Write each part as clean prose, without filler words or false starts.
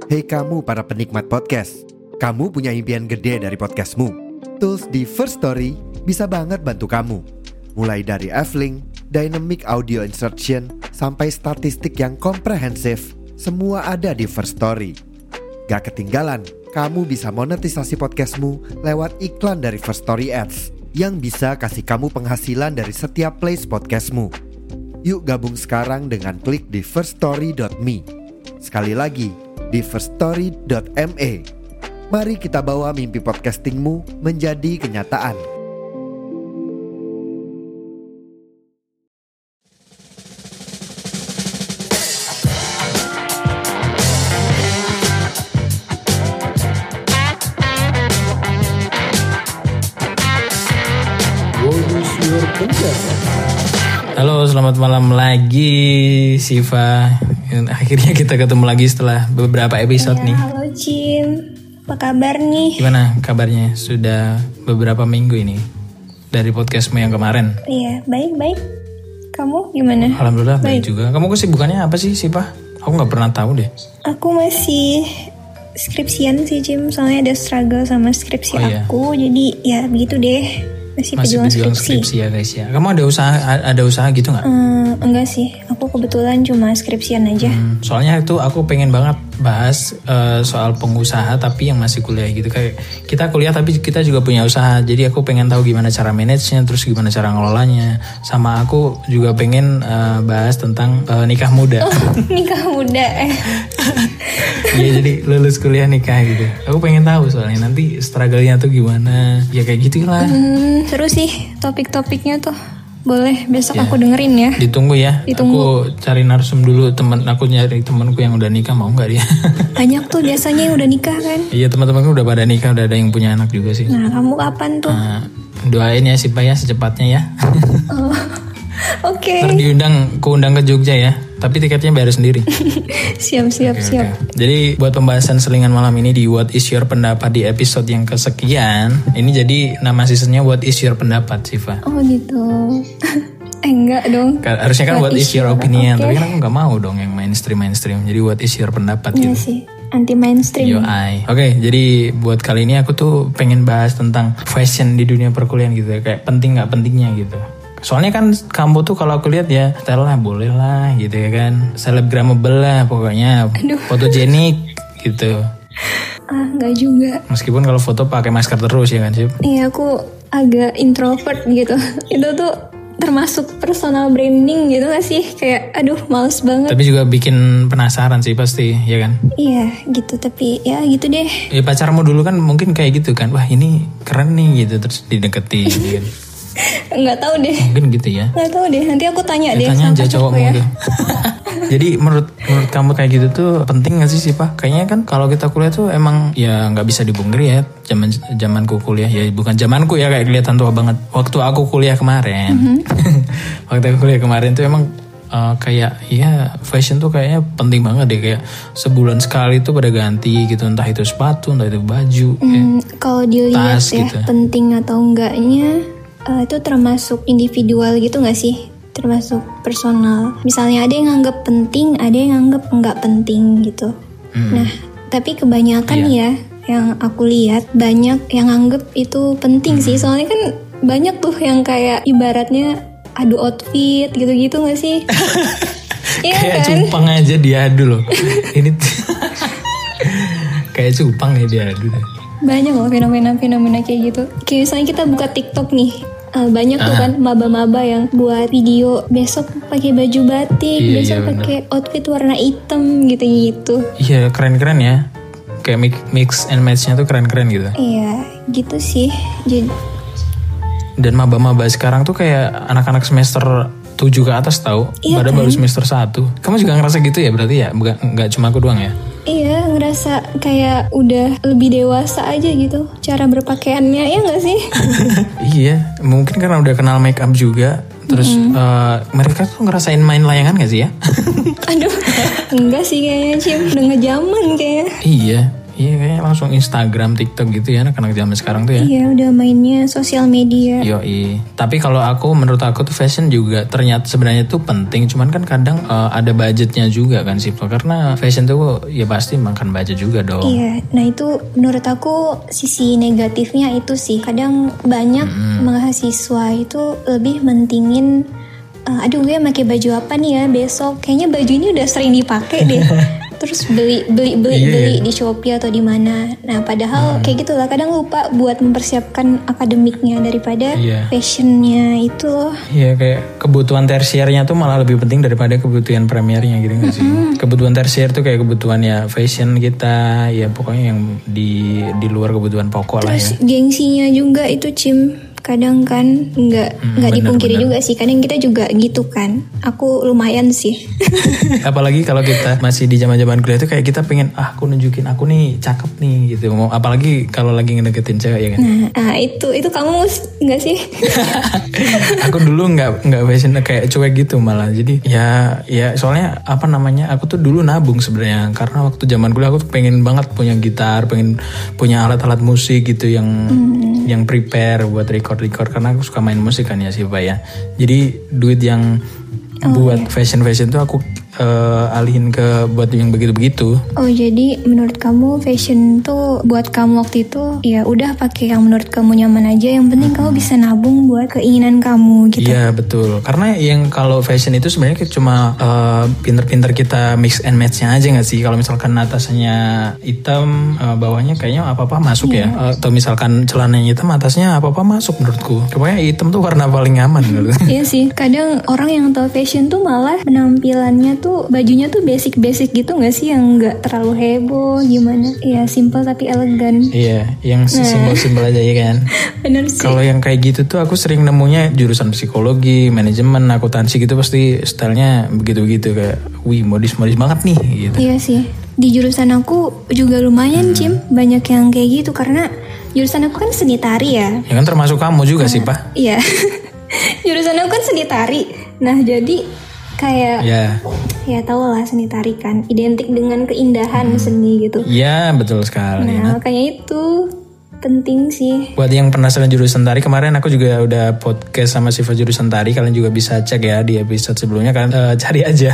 Hei kamu para penikmat podcast, kamu punya impian gede dari podcastmu. Tools di First Story bisa banget bantu kamu. Mulai dari F-Link, Dynamic Audio Insertion, sampai statistik yang komprehensif, semua ada di First Story. Gak ketinggalan, kamu bisa monetisasi podcastmu lewat iklan dari First Story Ads yang bisa kasih kamu penghasilan dari setiap plays podcastmu. Yuk gabung sekarang dengan klik di firststory.me. Sekali lagi, di firststory.me. Mari kita bawa mimpi podcastingmu menjadi kenyataan. Halo, selamat malam lagi Siva. Akhirnya kita ketemu lagi setelah beberapa episode nih. Halo Jim, apa kabar nih? Gimana kabarnya? Sudah beberapa minggu ini dari podcastmu yang kemarin. Iya, baik. Kamu gimana? Alhamdulillah baik juga. Kamu kesibukannya apa sih Siva? Aku gak pernah tahu deh. Aku masih skripsian sih Jim, soalnya ada struggle sama skripsi aku. Jadi ya begitu deh. Masih pejuang skripsi ya guys ya. Kamu ada usaha gitu nggak? Enggak sih, aku kebetulan cuma skripsian aja. Soalnya itu aku pengen banget bahas soal pengusaha tapi yang masih kuliah gitu. Kayak kita kuliah tapi kita juga punya usaha. Jadi aku pengen tahu gimana cara manage-nya, terus gimana cara ngelolanya. Sama aku juga pengen bahas tentang nikah muda. Nikah muda Iya, jadi lulus kuliah nikah gitu. Aku pengen tahu soalnya nanti struggle-nya tuh gimana. Ya kayak gitulah. Seru sih topik-topiknya tuh. Boleh besok aku dengerin ya. Ditunggu ya. Aku cari narsum dulu, aku nyari temanku yang udah nikah, mau nggak dia? Banyak tuh biasanya yang udah nikah kan. Iya, teman-temanku udah pada nikah, udah ada yang punya anak juga sih. Nah, kamu kapan tuh? Doain ya Sipa ya secepatnya ya. Oke. Ntar kuundang ke Jogja ya. Tapi tiketnya bayar sendiri. Siap. Jadi buat pembahasan selingan malam ini di What is your pendapat di episode yang kesekian. Ini jadi nama seasonnya What is your pendapat Siva. Oh gitu. Enggak dong. Harusnya kan What is your opinion. Tapi kan aku gak mau dong yang mainstream. Jadi What is your pendapat gitu. Iya sih. Anti mainstream. Oke, jadi buat kali ini aku tuh pengen bahas tentang fashion di dunia perkuliahan gitu. Kayak penting gak pentingnya gitu. Soalnya kan kamu tuh kalau aku lihat ya style lah boleh lah gitu ya kan, selebgramable lah pokoknya. Fotogenik gitu. Enggak juga. Meskipun kalau foto pakai masker terus ya kan Sip. Iya, aku agak introvert gitu. Itu tuh termasuk personal branding gitu gak sih? Kayak males banget. Tapi juga bikin penasaran sih pasti ya kan. Iya gitu, tapi ya gitu deh. Ya pacarmu dulu kan mungkin kayak gitu kan, wah ini keren nih gitu, terus dideketin gitu kan. Enggak tahu deh. Mungkin gitu ya. Enggak tahu deh. Nanti aku tanya deh. Tanya aja cowokmu gitu. Jadi menurut kamu kayak gitu tuh penting gak sih Pak? Kayaknya kan kalau kita kuliah tuh emang ya nggak bisa dipungkiri ya. Zamanku kuliah ya bukan zamanku ya, kayak kelihatan tua banget. Waktu aku kuliah kemarin. Waktu aku kuliah kemarin tuh emang kayak ya fashion tuh kayaknya penting banget deh, kayak sebulan sekali tuh pada ganti gitu, entah itu sepatu, entah itu baju. Kalau dilihat tas, ya gitu. Penting atau enggaknya itu termasuk individual gitu gak sih? Termasuk personal. Misalnya ada yang nganggap penting, ada yang nganggap enggak penting gitu. Nah, tapi kebanyakan ya yang aku lihat banyak yang nganggap itu penting sih. Soalnya kan banyak tuh yang kayak ibaratnya adu outfit gitu-gitu gak sih? Iya kayak kan? cupang aja diadu loh. Ini kayak cupang ya diadu deh. Banyak loh fenomena kayak gitu. Kayak misalnya kita buka TikTok nih, banyak tuh kan maba-maba yang buat video besok pakai baju batik, besok pakai outfit warna hitam gitu-gitu. Iya, keren-keren ya. Kayak mix and match-nya tuh keren-keren gitu. Iya, gitu sih. Dan maba-maba sekarang tuh kayak anak-anak semester 7 ke atas tahu. Padahal baru semester 1. Kamu juga ngerasa gitu ya berarti ya? Bukan, nggak cuma aku doang ya? Iya, ngerasa kayak udah lebih dewasa aja gitu cara berpakaiannya, ya nggak sih? Iya, mungkin karena udah kenal make up juga. Terus mereka tuh ngerasain main layangan gak sih ya? Aduh, enggak sih kayaknya Cim, udah ngejaman kayaknya. Iya, Iya kayaknya langsung Instagram, TikTok gitu ya anak-anak zaman sekarang tuh ya. Iya udah mainnya sosial media. Yoi. Tapi kalau menurut aku tuh fashion juga ternyata sebenarnya tuh penting. Cuman kan kadang ada budgetnya juga kan sih. Karena fashion tuh ya pasti makan budget juga dong. Iya. Nah itu menurut aku sisi negatifnya itu sih. Kadang banyak mahasiswa itu lebih mentingin aduh gue pakai baju apa nih ya besok. Kayaknya baju ini udah sering dipakai deh. Terus beli di Shopee atau di mana. Nah, padahal kayak gitulah kadang lupa buat mempersiapkan akademiknya daripada fashionnya itu loh. Iya, kayak kebutuhan tersiernya tuh malah lebih penting daripada kebutuhan primernya gitu nggak sih? Kebutuhan tersier tuh kayak kebutuhan ya fashion kita, ya pokoknya yang di luar kebutuhan pokok. Terus lah ya. Gengsinya juga itu Cim. Kadang kan nggak dipungkiri juga sih. Kadang kita juga gitu kan. Aku lumayan sih. Apalagi kalau kita masih di zaman-zaman kuliah tuh kayak kita pengen aku nunjukin aku nih cakep nih gitu. Apalagi kalau lagi ngedeketin cewek ya kan. Nah itu kamu nggak sih? Aku dulu nggak fashion kayak cuek gitu malah. Jadi ya soalnya apa namanya aku tuh dulu nabung sebenarnya karena waktu zaman kuliah aku tuh pengen banget punya gitar, pengen punya alat-alat musik gitu yang prepare buat record karena aku suka main musik kan ya sih Pak ya. Jadi duit yang buat fashion tuh aku alihin ke buat yang begitu-begitu. Oh jadi menurut kamu fashion tuh buat kamu waktu itu ya udah pakai yang menurut kamu nyaman aja. Yang penting kamu bisa nabung buat keinginan kamu gitu. Iya betul. Karena yang kalau fashion itu sebenarnya cuma pinter-pinter kita mix and matchnya aja nggak sih. Kalau misalkan atasnya hitam, bawahnya kayaknya apa-apa masuk ya. Atau misalkan celananya hitam, atasnya apa-apa masuk menurutku. Pokoknya hitam tuh warna paling nyaman. Iya sih. Kadang orang yang tahu fashion tuh malah penampilannya tuh bajunya tuh basic gitu nggak sih, yang nggak terlalu heboh gimana? Iya simple tapi elegan. Iya, yang simpel-simpel aja ya kan. Bener sih. Kalau yang kayak gitu tuh aku sering nemunya jurusan psikologi, manajemen, akuntansi gitu pasti stylenya begitu-begitu kayak, wih modis banget nih gitu. Iya sih. Di jurusan aku juga lumayan Cim, banyak yang kayak gitu karena jurusan aku kan seni tari ya. Ya kan termasuk kamu juga sih Pak. Iya. Jurusan aku kan seni tari. Nah jadi kayak ya tau lah seni tari kan identik dengan keindahan seni gitu. Iya betul sekali. Nah makanya itu penting sih. Buat yang penasaran jurusan tari, kemarin aku juga udah podcast sama Siva jurusan tari. Kalian juga bisa cek ya di episode sebelumnya. Kalian cari aja.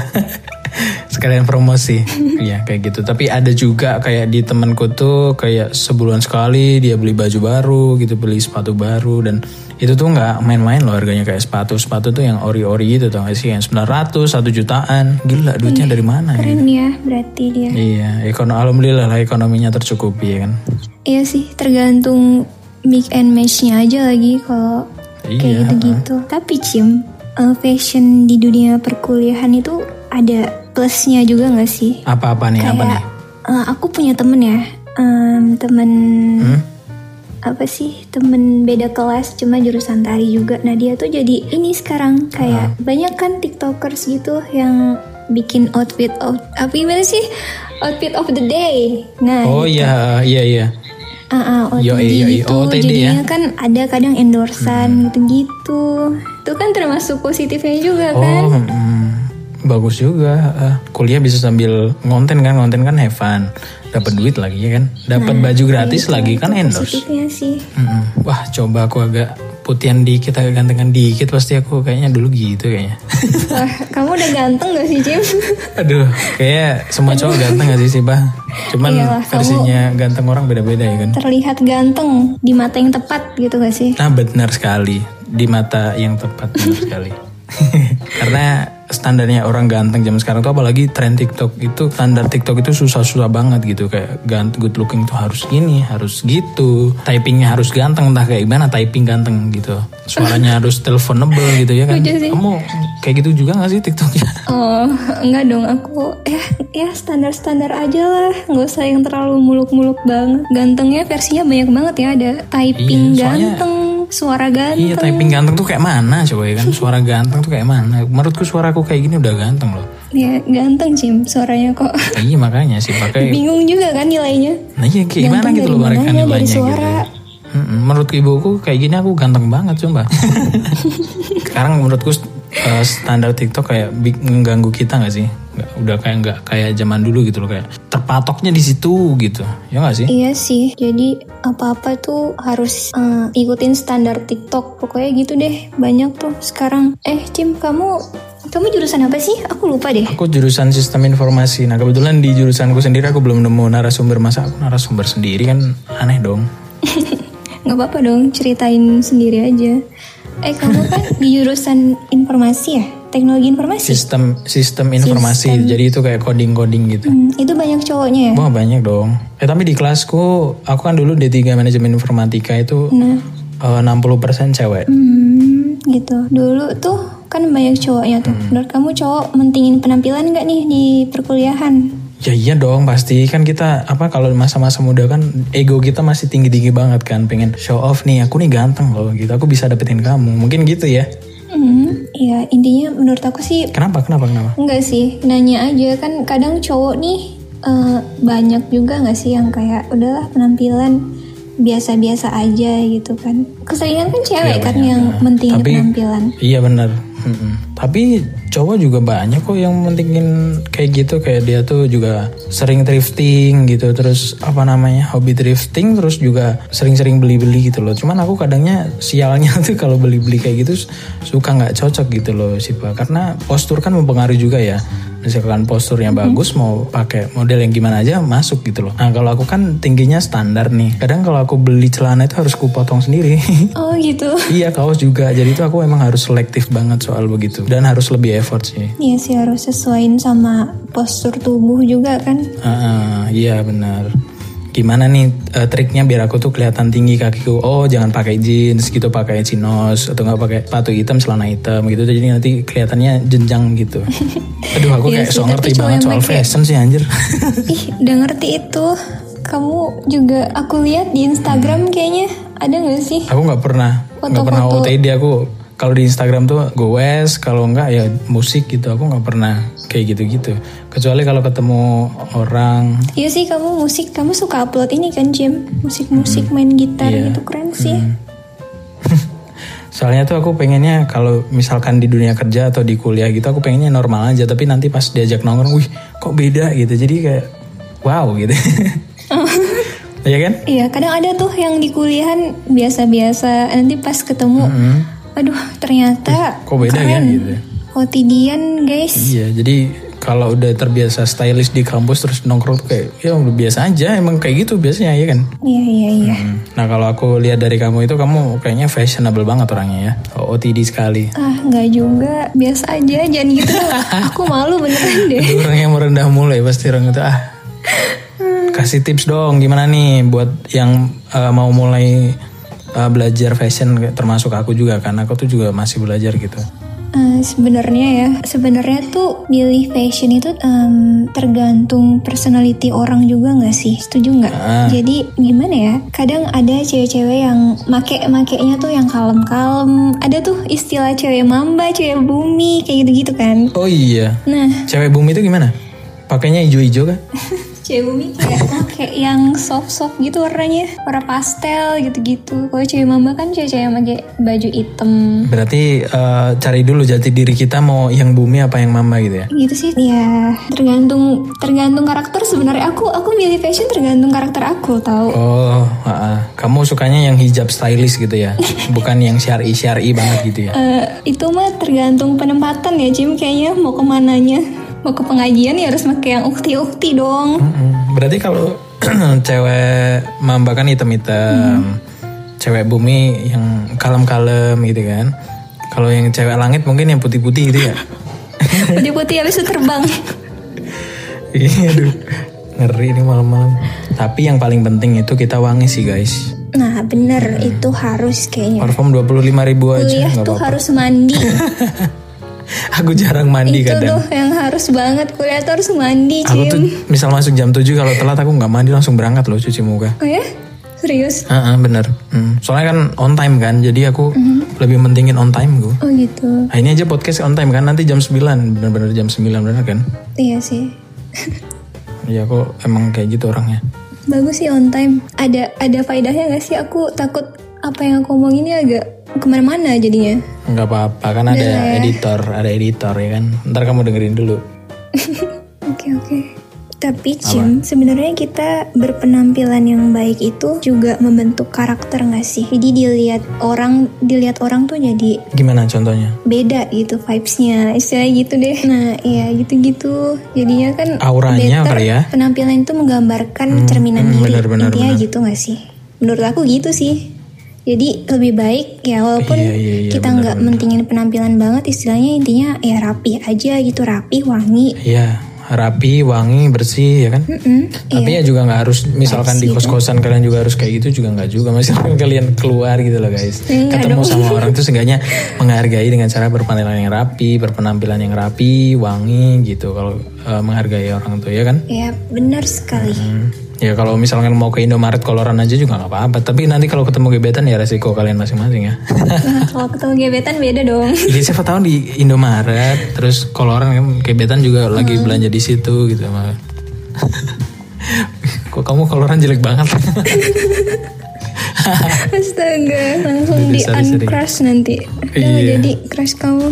Sekalian promosi. Iya kayak gitu. Tapi ada juga kayak di temanku tuh kayak sebulan sekali dia beli baju baru gitu, beli sepatu baru. Dan itu tuh gak main-main loh harganya. Kayak sepatu tuh yang ori-ori gitu tau gak sih, yang 900, 1 jutaan. Gila duitnya dari mana keren ya berarti dia. Iya alhamdulillah lah ekonominya tercukupi ya kan. Iya sih tergantung mix and match-nya aja lagi kalau kayak gitu-gitu. Tapi Cim, fashion di dunia perkuliahan itu ada plusnya juga gak sih? Apa-apa nih? Kayak, apa nih? Aku punya temen ya, temen temen beda kelas cuma jurusan tari juga. Nah dia tuh jadi ini sekarang kayak banyak kan tiktokers gitu yang bikin outfit of the day. Nah iya. OTD gitu. Jadinya ya? kan ada kadang endorsan gitu-gitu. Itu kan termasuk positifnya juga kan. Bagus juga. Kuliah bisa sambil ngonten kan have fun. Dapat duit lagi ya kan. Dapat baju gratis lagi kan endorse. Positifnya sih. Wah coba aku agak putihan dikit, agak gantengan dikit, pasti aku kayaknya dulu gitu kayaknya. Wah kamu udah ganteng gak sih Jim? Aduh kayak semua cowok ganteng gak sih Bah? Cuman iyalah, versinya ganteng orang beda-beda ya kan. Terlihat ganteng di mata yang tepat gitu gak sih? Nah benar sekali, di mata yang tepat benar sekali. Karena standarnya orang ganteng zaman sekarang tuh, apalagi tren TikTok itu, standar TikTok itu susah-susah banget gitu. Kayak good looking tuh harus gini, harus gitu, typingnya harus ganteng, entah kayak gimana typing ganteng gitu, suaranya harus teleponable gitu ya kan. Kamu kayak gitu juga gak sih TikToknya? Oh enggak dong, aku ya standar-standar aja lah, gak usah yang terlalu muluk-muluk banget. Gantengnya versinya banyak banget ya, ada typing ganteng, suara ganteng. Iya typing ganteng tuh kayak mana coba ya kan. Suara ganteng tuh kayak mana. Menurutku suaraku kayak gini udah ganteng loh. Ya ganteng Cim suaranya kok. Iya makanya sih pakai. Bingung juga kan nilainya. Nah iya kayak gimana gitu loh mereka nilainya gitu. Menurut ibuku kayak gini aku ganteng banget coba. Sekarang menurutku standar TikTok kayak mengganggu kita nggak sih? Udah kayak nggak kayak zaman dulu gitu loh, kayak terpatoknya di situ gitu, ya nggak sih? Iya sih, jadi apa-apa tuh harus ikutin standar TikTok. Pokoknya gitu deh, banyak tuh sekarang. Cim, kamu jurusan apa sih? Aku lupa deh. Aku jurusan sistem informasi. Nah kebetulan di jurusanku sendiri aku belum nemu narasumber. Masa aku narasumber sendiri kan aneh dong. Gak apa-apa dong, ceritain sendiri aja. Kamu kan di jurusan informasi ya? Teknologi informasi? Sistem informasi. Jadi itu kayak coding-coding gitu. Itu banyak cowoknya ya? Wah banyak dong. Tapi di kelasku, aku kan dulu D3 manajemen informatika itu 60% cewek. Gitu. Dulu tuh kan banyak cowoknya tuh. Menurut kamu cowok mentingin penampilan gak nih di perkuliahan? Ya iya dong pasti, kan kita kalau masa-masa muda kan ego kita masih tinggi-tinggi banget kan, pengen show off nih, aku nih ganteng loh gitu, aku bisa dapetin kamu, mungkin gitu ya. Iya, intinya menurut aku sih. Kenapa? Enggak sih, nanya aja kan, kadang cowok nih banyak juga nggak sih yang kayak udahlah penampilan biasa-biasa aja gitu kan. Keseringan kan cewek kan yang mentingin penampilan. Iya benar. Tapi cowok juga banyak kok yang mentingin kayak gitu, kayak dia tuh juga sering thrifting gitu, terus hobi thrifting, terus juga sering-sering beli-beli gitu loh. Cuman aku kadangnya sialnya tuh kalau beli-beli kayak gitu suka nggak cocok gitu loh Sipa, karena postur kan mempengaruhi juga ya. Misalkan posturnya bagus, mau pakai model yang gimana aja masuk gitu loh. Nah kalau aku kan tingginya standar nih, kadang kalau aku beli celana itu harus kupotong sendiri. Oh gitu. Iya, kaos juga, jadi itu aku emang harus selektif banget soal begitu, dan harus lebih effort sih. Iya sih, harus sesuaiin sama postur tubuh juga kan. Iya benar. Gimana nih triknya biar aku tuh kelihatan tinggi kakiku? Oh jangan pakai jeans gitu, pakai chinos, atau nggak pakai sepatu hitam, celana hitam gitu, jadi nanti kelihatannya jenjang gitu. Aduh aku kayak so ngerti banget soal fashion sih anjir. Udah ngerti itu. Kamu juga aku lihat di Instagram kayaknya ada nggak sih? Aku nggak pernah OTD aku. Kalau di Instagram tuh goes, kalau enggak ya musik gitu. Aku nggak pernah kayak gitu-gitu. Kecuali kalau ketemu orang. Iya sih, kamu musik, kamu suka upload ini kan Jim? Musik-musik main gitar gitu, keren sih. Soalnya tuh aku pengennya kalau misalkan di dunia kerja atau di kuliah gitu, aku pengennya normal aja. Tapi nanti pas diajak nongkrong, wih kok beda gitu. Jadi kayak wow gitu. Iya kan? Iya, kadang ada tuh yang di kuliahan biasa-biasa. Nanti pas ketemu, aduh ternyata kok beda keren. Ya gitu. Quotidian guys. Iya, jadi kalau udah terbiasa stylish di kampus terus nongkrong tuh kayak ya udah biasa aja, emang kayak gitu biasanya ya kan. Iya. Nah kalau aku lihat dari kamu itu, kamu kayaknya fashionable banget orangnya ya. OTD sekali. Nggak juga, biasa aja, jangan gitu. Aku malu beneran deh. Orang yang merendah mulai pasti orang itu kasih tips dong gimana nih buat yang mau mulai belajar fashion, termasuk aku juga kan, aku tuh juga masih belajar gitu. Sebenarnya tuh milih fashion itu tergantung personality orang juga nggak sih? Setuju nggak? Jadi gimana ya? Kadang ada cewek-cewek yang makainya tuh yang kalem-kalem. Ada tuh istilah cewek mamba, cewek bumi kayak gitu-gitu kan? Oh iya. Nah, cewek bumi itu gimana? Pakainya hijau-hijau kan? Cewek bumi kayak yang soft-soft gitu warnanya, warna pastel gitu-gitu. Kalau cewek mamba kan cewek yang pakai baju hitam. Berarti cari dulu jati diri kita mau yang bumi apa yang mamba gitu ya? Gitu sih. Ya tergantung karakter sebenarnya. Aku milih fashion tergantung karakter aku, tahu. Oh, kamu sukanya yang hijab stylish gitu ya? Bukan yang syari banget gitu ya? Itu mah tergantung penempatan ya Jim, kayaknya mau kemananya. Mau ke pengajian ya harus pakai yang ukti-ukti dong. Berarti kalau cewek mamba kan hitam-hitam, cewek bumi yang kalem-kalem gitu kan. Kalau yang cewek langit mungkin yang putih-putih gitu ya. Putih-putih habis itu terbang. Iya, aduh, ngeri ini malam-malam. Tapi yang paling penting itu kita wangi sih guys. Nah bener, itu harus kayaknya. Parfum 25.000 aja. Kuliah tuh harus mandi. Aku jarang mandi kadang. Itu tuh yang harus banget, kuliah tuh harus mandi Cim. Aku tuh misal masuk jam 7, kalau telat aku gak mandi langsung berangkat loh cuci muka. Oh ya? Serius? Bener. Soalnya kan on time kan, jadi aku lebih mentingin on time gue. Oh gitu. Nah, ini aja podcast on time kan, nanti jam 9, bener-bener jam 9 bener kan? Iya sih. Iya aku emang kayak gitu orangnya. Bagus sih on time. Ada faedahnya gak sih? Aku takut apa yang aku omongin ini agak kemana-mana jadinya. Nggak apa-apa, kan ada editor ya kan. Ntar kamu dengerin dulu. Oke. Tapi Cim, sebenarnya kita berpenampilan yang baik itu juga membentuk karakter nggak sih? Jadi dilihat orang tuh jadi gimana contohnya? Beda gitu vibes-nya, istilahnya gitu deh. Nah, ya gitu-gitu. Jadinya kan auranya kali ya. Penampilan itu menggambarkan cerminan diri. Intinya gitu nggak sih? Menurut aku gitu sih. Jadi lebih baik ya walaupun kita nggak mentingin penampilan banget, istilahnya intinya ya rapi aja gitu, rapi, wangi. Iya. Rapi, wangi, bersih ya kan. Tapi ya juga nggak harus misalkan di kos-kosan kalian juga harus kayak gitu, juga nggak juga. Misalkan kalian keluar gitu loh guys, ketemu sama orang tuh seenggaknya menghargai dengan cara berpenampilan yang rapi, wangi gitu. Kalau menghargai orang tuh ya kan. Iya benar sekali. Ya kalau misalkan mau ke Indomaret koloran aja juga nggak apa-apa. Tapi nanti kalau ketemu gebetan ya resiko kalian masing-masing ya. Nah, kalau ketemu gebetan beda dong. Iya siapa tahu di Indomaret terus koloran kan gebetan juga lagi belanja di situ gitu mah. Kok kamu koloran jelek banget. Astaga, langsung di uncrush nanti. Udah jadi crush kamu.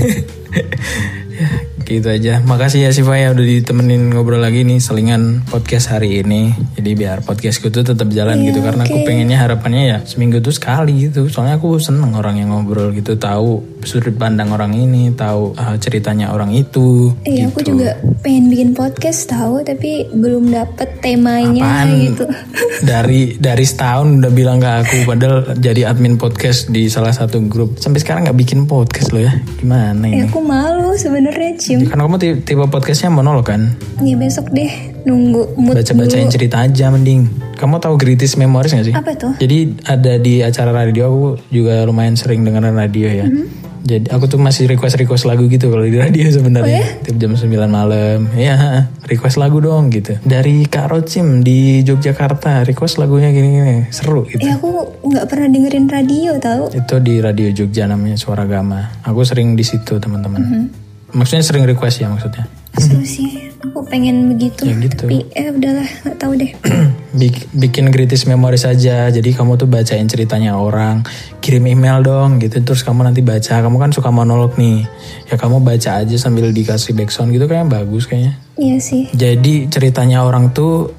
Gitu aja. Makasih ya Siva ya udah ditemenin ngobrol lagi nih selingan podcast hari ini. Jadi biar podcastku tuh tetap jalan gitu. Karena aku pengennya harapannya ya seminggu tuh sekali gitu. Soalnya aku seneng orang yang ngobrol gitu. Tahu sudut pandang orang ini. Tahu ceritanya orang itu. Iya gitu. Aku juga pengen bikin podcast tahu. Tapi belum dapet temanya. Apaan? Gitu. Dari setahun udah bilang ke aku. Padahal jadi admin podcast di salah satu grup. Sampai sekarang gak bikin podcast loh ya. Gimana ini? Aku malu sebenarnya Cim. Karena kamu tipe podcastnya monolog kan? Iya besok deh nunggu mood baca-bacain dulu. Cerita aja mending. Kamu tahu Greatest Memories gak sih? Apa tuh? Jadi ada di acara radio, aku juga lumayan sering dengerin radio ya. Jadi aku tuh masih request lagu gitu kalau di radio sebenarnya. Tiap jam 9 malam. Ya, request lagu dong gitu. Dari Kak Rocim di Yogyakarta, request lagunya gini-gini. Seru gitu. Ya aku gak pernah dengerin radio tahu. Itu di Radio Jogja namanya Suara Gama. Aku sering di situ teman-teman. Maksudnya sering request ya maksudnya. Seru sih, aku pengen begitu. Ya gitu. Tapi udahlah, gak tahu deh. Bikin Greatest Memories aja. Jadi kamu tuh bacain ceritanya orang, kirim email dong gitu. Terus kamu nanti baca. Kamu kan suka monolog nih. Ya kamu baca aja sambil dikasih backsound gitu, kayak bagus kayaknya. Iya sih. Jadi ceritanya orang tuh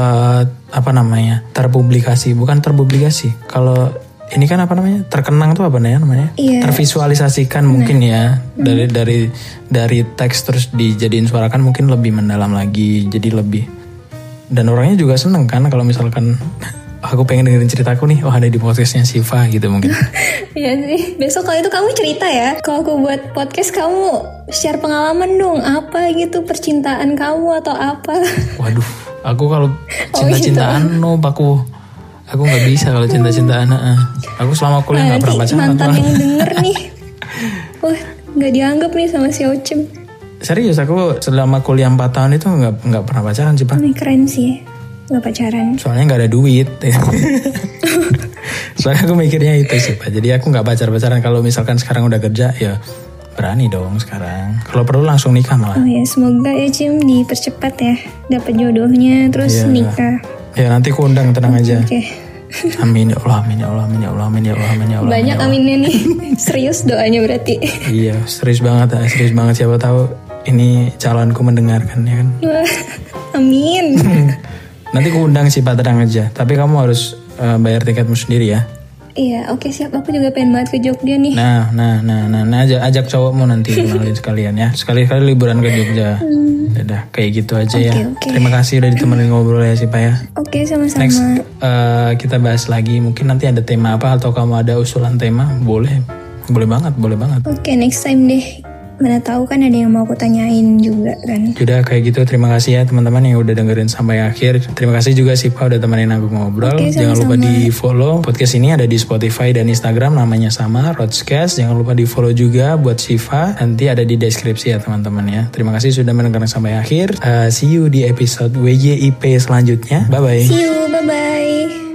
terpublikasi. Bukan terpublikasi. Kalau ini kan terkenang tuh namanya? Iya. Tervisualisasikan mungkin ya. Dari teks terus dijadiin suara kan mungkin lebih mendalam lagi. Jadi lebih. Dan orangnya juga seneng kan kalau misalkan aku pengen dengerin ceritaku nih. Oh ada di podcastnya Siva gitu mungkin. Iya sih. Besok kalau itu kamu cerita ya. Kalau aku buat podcast kamu share pengalaman dong. Apa gitu percintaan kamu atau apa. Waduh. Aku kalau cinta-cintaan Aku gak bisa kalau cinta-cintaan. Aku selama kuliah gak pernah pacaran. Mantan yang denger nih. Wah gak dianggap nih sama si Ocem. Serius aku selama kuliah 4 tahun itu gak pernah pacaran sih Pak. Ini keren sih gak pacaran. Soalnya gak ada duit. Soalnya aku mikirnya itu sih Pak. Jadi aku gak pacaran. Kalau misalkan sekarang udah kerja ya berani dong sekarang. Kalau perlu langsung nikah malah. Oh ya semoga ya Cim dipercepat ya. Dapat jodohnya terus nikah. Ya nanti aku undang, tenang aja. Oke. Amin ya Allah, amin ya Allah, amin ya Allah, amin ya Allah, amin ya Allah. Banyak aminnya nih. Serius doanya berarti. Iya, serius banget. Siapa tahu ini calonku mendengarkan ya kan. Amin. Nanti aku undang sih Pak, tenang aja. Tapi kamu harus bayar tiketmu sendiri ya. Iya, oke siap. Aku juga pengen banget ke Jogja nih. Nah, ajak cowokmu nanti kenalin sekalian ya. Sekali-kali liburan ke Jogja. Udah kayak gitu aja ya. Terima kasih udah ditemenin ngobrol ya sih Pak ya. Oke, sama-sama. Next kita bahas lagi. Mungkin nanti ada tema apa atau kamu ada usulan tema, boleh banget. Oke, next time deh. Mana tahu kan ada yang mau aku tanyain juga kan. Udah kayak gitu, terima kasih ya teman-teman yang udah dengerin sampai akhir. Terima kasih juga Siva udah temenin aku ngobrol. Jangan lupa di follow podcast ini, ada di Spotify dan Instagram namanya sama Rodscast. Jangan lupa di follow juga buat Siva, nanti ada di deskripsi ya teman-teman ya. Terima kasih sudah mendengarkan sampai akhir. See you di episode WJIP selanjutnya. Bye bye. See you, bye bye.